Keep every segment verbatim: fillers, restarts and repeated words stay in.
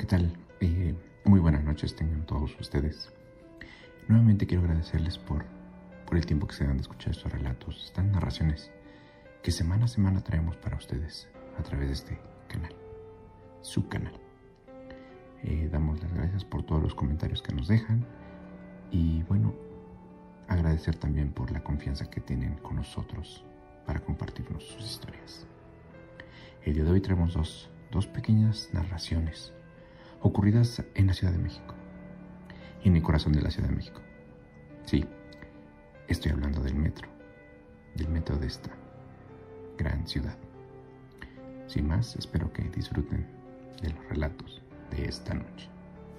¿qué tal? Eh, muy buenas noches tengan todos ustedes. Nuevamente quiero agradecerles por, por el tiempo que se dan de escuchar estos relatos, estas narraciones que semana a semana traemos para ustedes a través de este canal, su canal. Eh, damos las gracias por todos los comentarios que nos dejan y bueno, agradecer también por la confianza que tienen con nosotros para compartirnos sus historias. El día de hoy traemos dos, dos pequeñas narraciones ocurridas en la Ciudad de México, en el corazón de la Ciudad de México. Sí, estoy hablando del metro, del metro de esta gran ciudad. Sin más, espero que disfruten de los relatos de esta noche.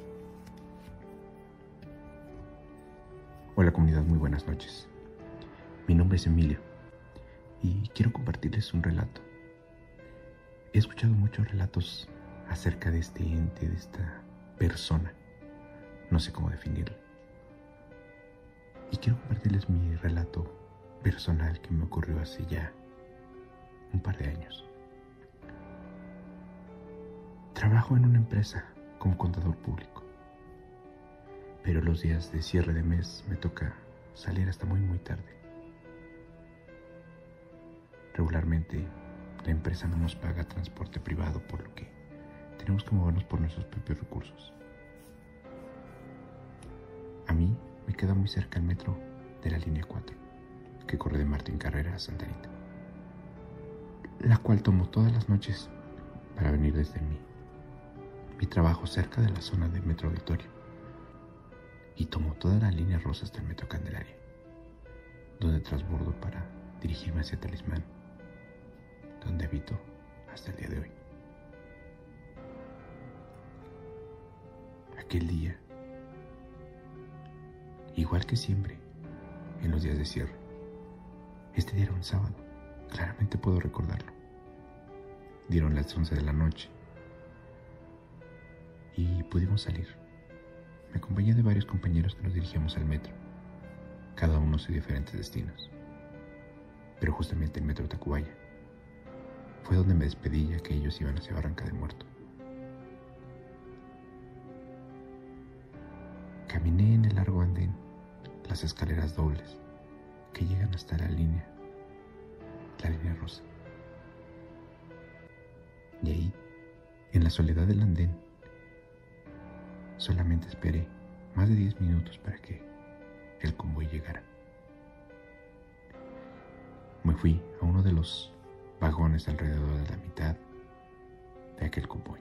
Hola comunidad, muy buenas noches. Mi nombre es Emilio y quiero compartirles un relato. He escuchado muchos relatos acerca de este ente, de esta persona. No sé cómo definirlo. Y quiero compartirles mi relato personal que me ocurrió hace ya un par de años. Trabajo en una empresa como contador público, pero los días de cierre de mes me toca salir hasta muy muy tarde. Regularmente la empresa no nos paga transporte privado, por lo que tenemos que movernos por nuestros propios recursos. A mí me queda muy cerca el metro de la línea cuatro, que corre de Martín Carrera a Santa Anita, la cual tomo todas las noches para venir desde mi, mi trabajo cerca de la zona del Metro Auditorio, y tomo toda la línea rosa hasta el Metro Candelaria, donde transbordo para dirigirme hacia Talismán, donde habito hasta el día de hoy. Aquel día, igual que siempre, en los días de cierre, este día era un sábado, claramente puedo recordarlo. Dieron las once de la noche y pudimos salir. Me acompañé de varios compañeros que nos dirigíamos al metro, cada uno a diferentes destinos. Pero justamente el metro Tacubaya fue donde me despedí, ya que ellos iban hacia Barranca del Muerto. Caminé en el largo andén, las escaleras dobles que llegan hasta la línea, la línea rosa. Y ahí, en la soledad del andén, solamente esperé más de diez minutos para que el convoy llegara. Me fui a uno de los vagones alrededor de la mitad de aquel convoy.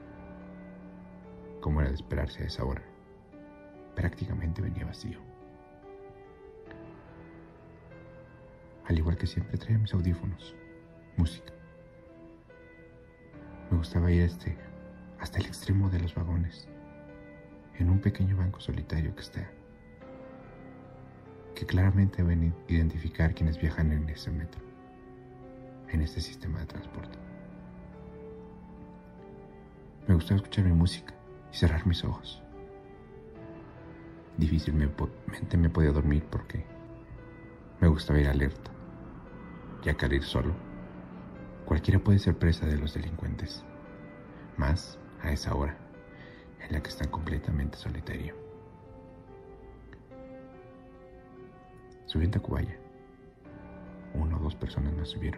Como era de esperarse a esa hora, prácticamente venía vacío. Al igual que siempre traía mis audífonos, música. Me gustaba ir este, hasta el extremo de los vagones, en un pequeño banco solitario que está, que claramente deben identificar quienes viajan en ese metro, en este sistema de transporte. Me gustaba escuchar mi música y cerrar mis ojos. Difícilmente me podía dormir porque me gustaba ir alerta, ya que al ir solo, cualquiera puede ser presa de los delincuentes, más a esa hora en la que están completamente solitario. Subí en Tacubaya. Una o dos personas más subieron.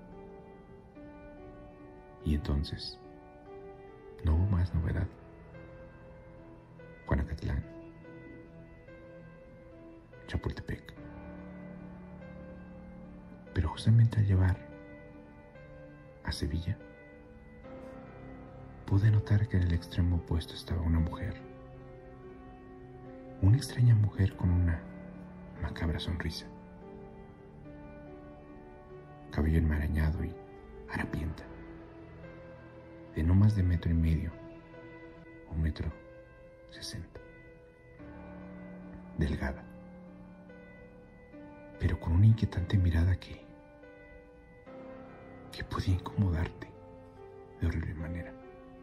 Y entonces, no hubo más novedad. Juanacatlán, Chapultepec. Pero justamente al llevar a Sevilla, pude notar que en el extremo opuesto estaba una mujer. Una extraña mujer con una macabra sonrisa. Cabello enmarañado y harapienta. De no más de metro y medio o metro sesenta. Delgada, pero con una inquietante mirada que que podía incomodarte de horrible manera.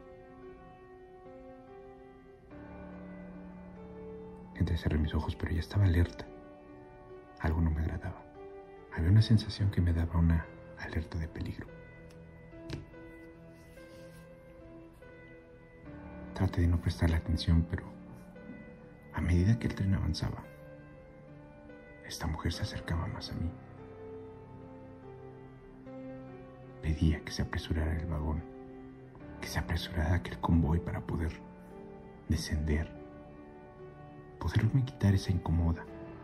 Entrecerré mis ojos, pero ya estaba alerta. Algo no me agradaba. Había una sensación que me daba una alerta de peligro. Traté de no prestarle atención, pero a medida que el tren avanzaba, esta mujer se acercaba más a mí. Pedía que se apresurara el vagón, que se apresurara aquel convoy para poder descender, poderme quitar esa incómoda,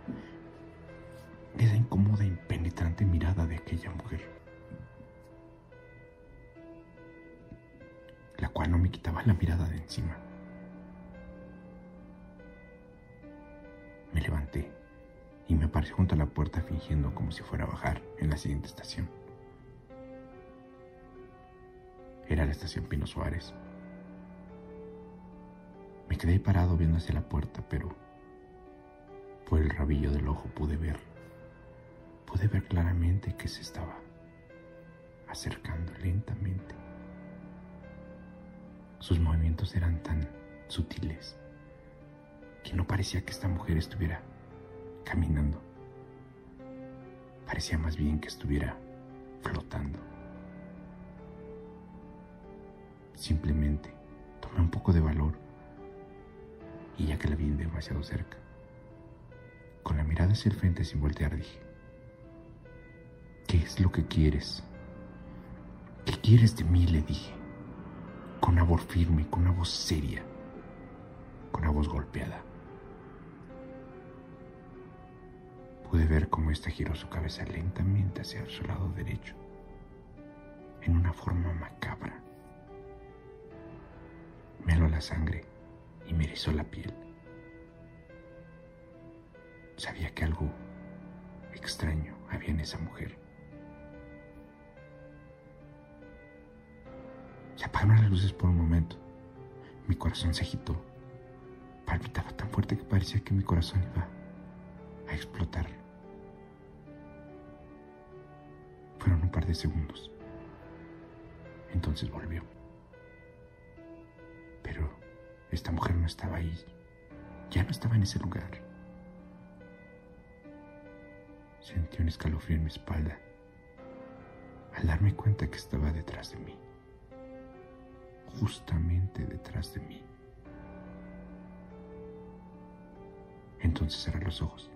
esa incómoda e impenetrante mirada de aquella mujer, la cual no me quitaba la mirada de encima. Me levanté y me aparecí junto a la puerta fingiendo como si fuera a bajar en la siguiente estación. Era la estación Pino Suárez. Me quedé parado viendo hacia la puerta, pero por el rabillo del ojo pude ver, pude ver claramente que se estaba acercando lentamente. Sus movimientos eran tan sutiles que no parecía que esta mujer estuviera caminando. Parecía más bien que estuviera flotando. Simplemente tomé un poco de valor y ya que la vi demasiado cerca, con la mirada hacia el frente sin voltear dije: ¿qué es lo que quieres? ¿Qué quieres de mí?, le dije, con una voz firme, con una voz seria, con una voz golpeada. Pude ver cómo ésta giró su cabeza lentamente hacia su lado derecho, en una forma macabra. Me heló la sangre y me erizó la piel. Sabía que algo extraño había en esa mujer. Se apagaron las luces por un momento. Mi corazón se agitó. Palpitaba tan fuerte que parecía que mi corazón iba a explotar. Fueron un par de segundos. Entonces volvió. Pero esta mujer no estaba ahí. Ya no estaba en ese lugar. Sentí un escalofrío en mi espalda al darme cuenta que estaba detrás de mí. Justamente detrás de mí. Entonces cerré los ojos.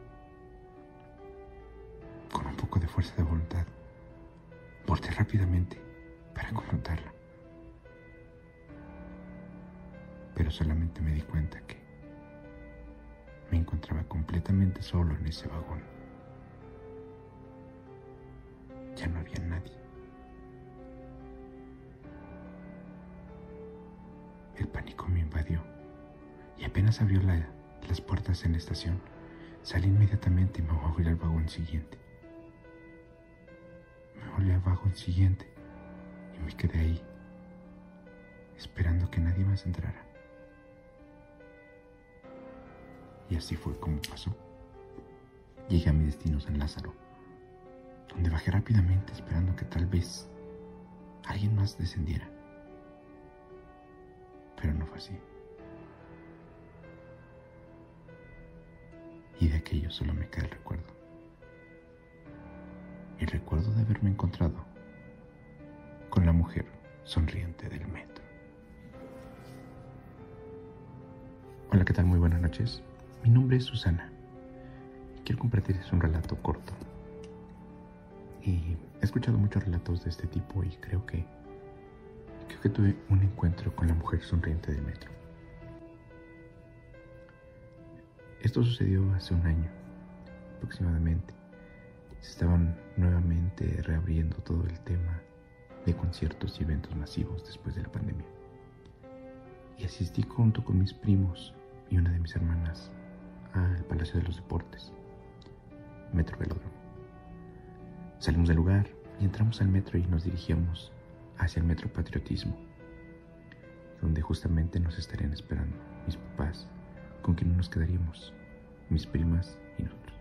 Con un poco de fuerza de voluntad, volteé rápidamente para confrontarla. Pero solamente me di cuenta que me encontraba completamente solo en ese vagón. Ya no había nadie. El pánico me invadió y apenas abrió la, las puertas en la estación, salí inmediatamente y me volví al vagón siguiente. Me volví al vagón siguiente y me quedé ahí, esperando que nadie más entrara. Y así fue como pasó. Llegué a mi destino, San Lázaro, donde bajé rápidamente esperando que tal vez alguien más descendiera. Pero no fue así. Y de aquello solo me queda el recuerdo. El recuerdo de haberme encontrado con la mujer sonriente del metro. Hola, ¿qué tal? Muy buenas noches. Mi nombre es Susana. Quiero compartirles un relato corto. Y he escuchado muchos relatos de este tipo y creo que Creo que tuve un encuentro con la mujer sonriente del metro. Esto sucedió hace un año, aproximadamente. Se estaban nuevamente reabriendo todo el tema de conciertos y eventos masivos después de la pandemia. Y asistí junto con mis primos y una de mis hermanas al Palacio de los Deportes, Metro Velódromo. Salimos del lugar y entramos al metro y nos dirigíamos hacia el Metro Patriotismo, donde justamente nos estarían esperando mis papás, con quienes nos quedaríamos, mis primas y nosotros.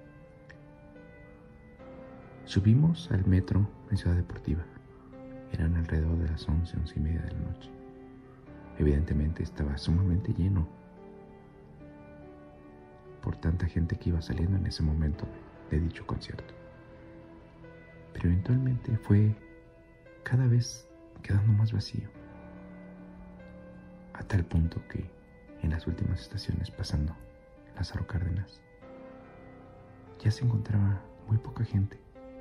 Subimos al metro en Ciudad Deportiva. Eran alrededor de las once, once y media de la noche. Evidentemente estaba sumamente lleno por tanta gente que iba saliendo en ese momento de dicho concierto. Pero eventualmente fue cada vez quedando más vacío. A a tal punto que en las últimas estaciones pasando Lázaro Cárdenas ya se encontraba muy poca gente.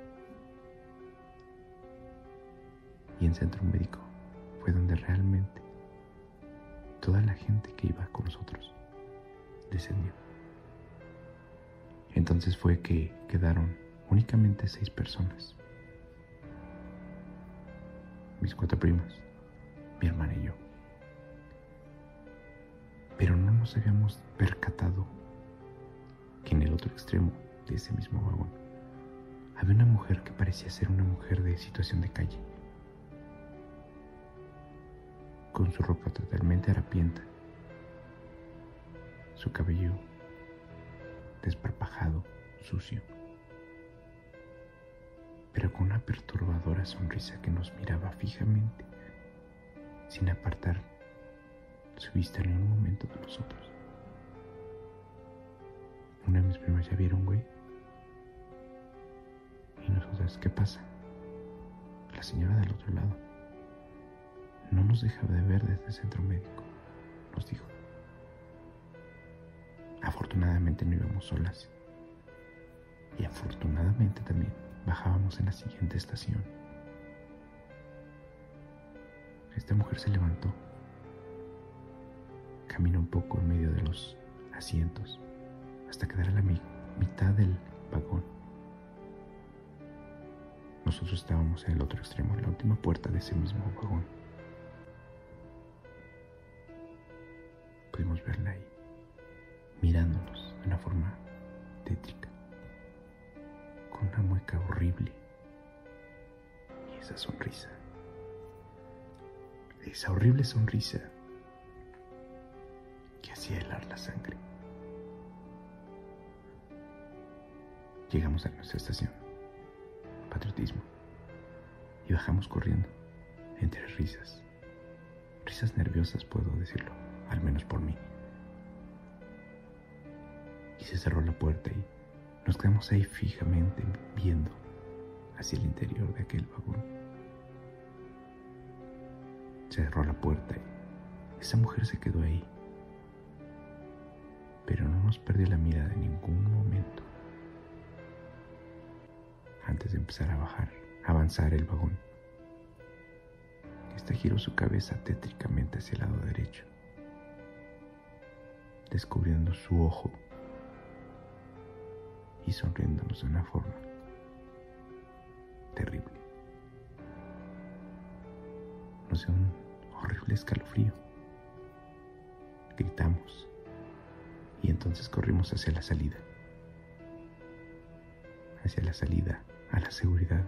Y en Centro Médico fue donde realmente toda la gente que iba con nosotros descendió. Entonces fue que quedaron únicamente seis personas. Mis cuatro primos, mi hermana y yo. Pero no nos habíamos percatado que en el otro extremo de ese mismo vagón había una mujer que parecía ser una mujer de situación de calle, con su ropa totalmente harapienta, su cabello desparpajado, sucio, pero con una perturbadora sonrisa que nos miraba fijamente, sin apartar su vista ni un momento de nosotros. Una de mis primas ya vieron, güey. Y nosotras, ¿qué pasa? La señora del otro lado no nos dejaba de ver desde el centro médico, nos dijo. Afortunadamente no íbamos solas. Y afortunadamente también bajábamos en la siguiente estación. Esta mujer se levantó, caminó un poco en medio de los asientos hasta quedar a la mi- mitad del vagón. Nosotros estábamos en el otro extremo, en la última puerta de ese mismo vagón. Pudimos verla ahí, mirándonos de una forma tétrica, con una mueca horrible y esa sonrisa, esa horrible sonrisa que hacía helar la sangre. Llegamos a nuestra estación, Patriotismo, y bajamos corriendo, entre risas, risas nerviosas puedo decirlo, al menos por mí. Y se cerró la puerta y nos quedamos ahí fijamente viendo hacia el interior de aquel vagón. Se cerró la puerta y esa mujer se quedó ahí, pero no nos perdió la mirada en ningún momento. Antes de empezar a bajar, a avanzar el vagón, esta giró su cabeza tétricamente hacia el lado derecho, descubriendo su ojo y sonriéndonos de una forma terrible. Nos dio un horrible escalofrío. Gritamos y entonces corrimos hacia la salida, hacia la salida a la seguridad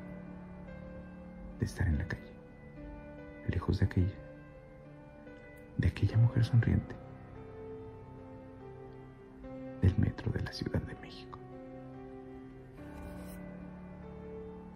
de estar en la calle, lejos de aquella, de aquella mujer sonriente del metro de la Ciudad de México.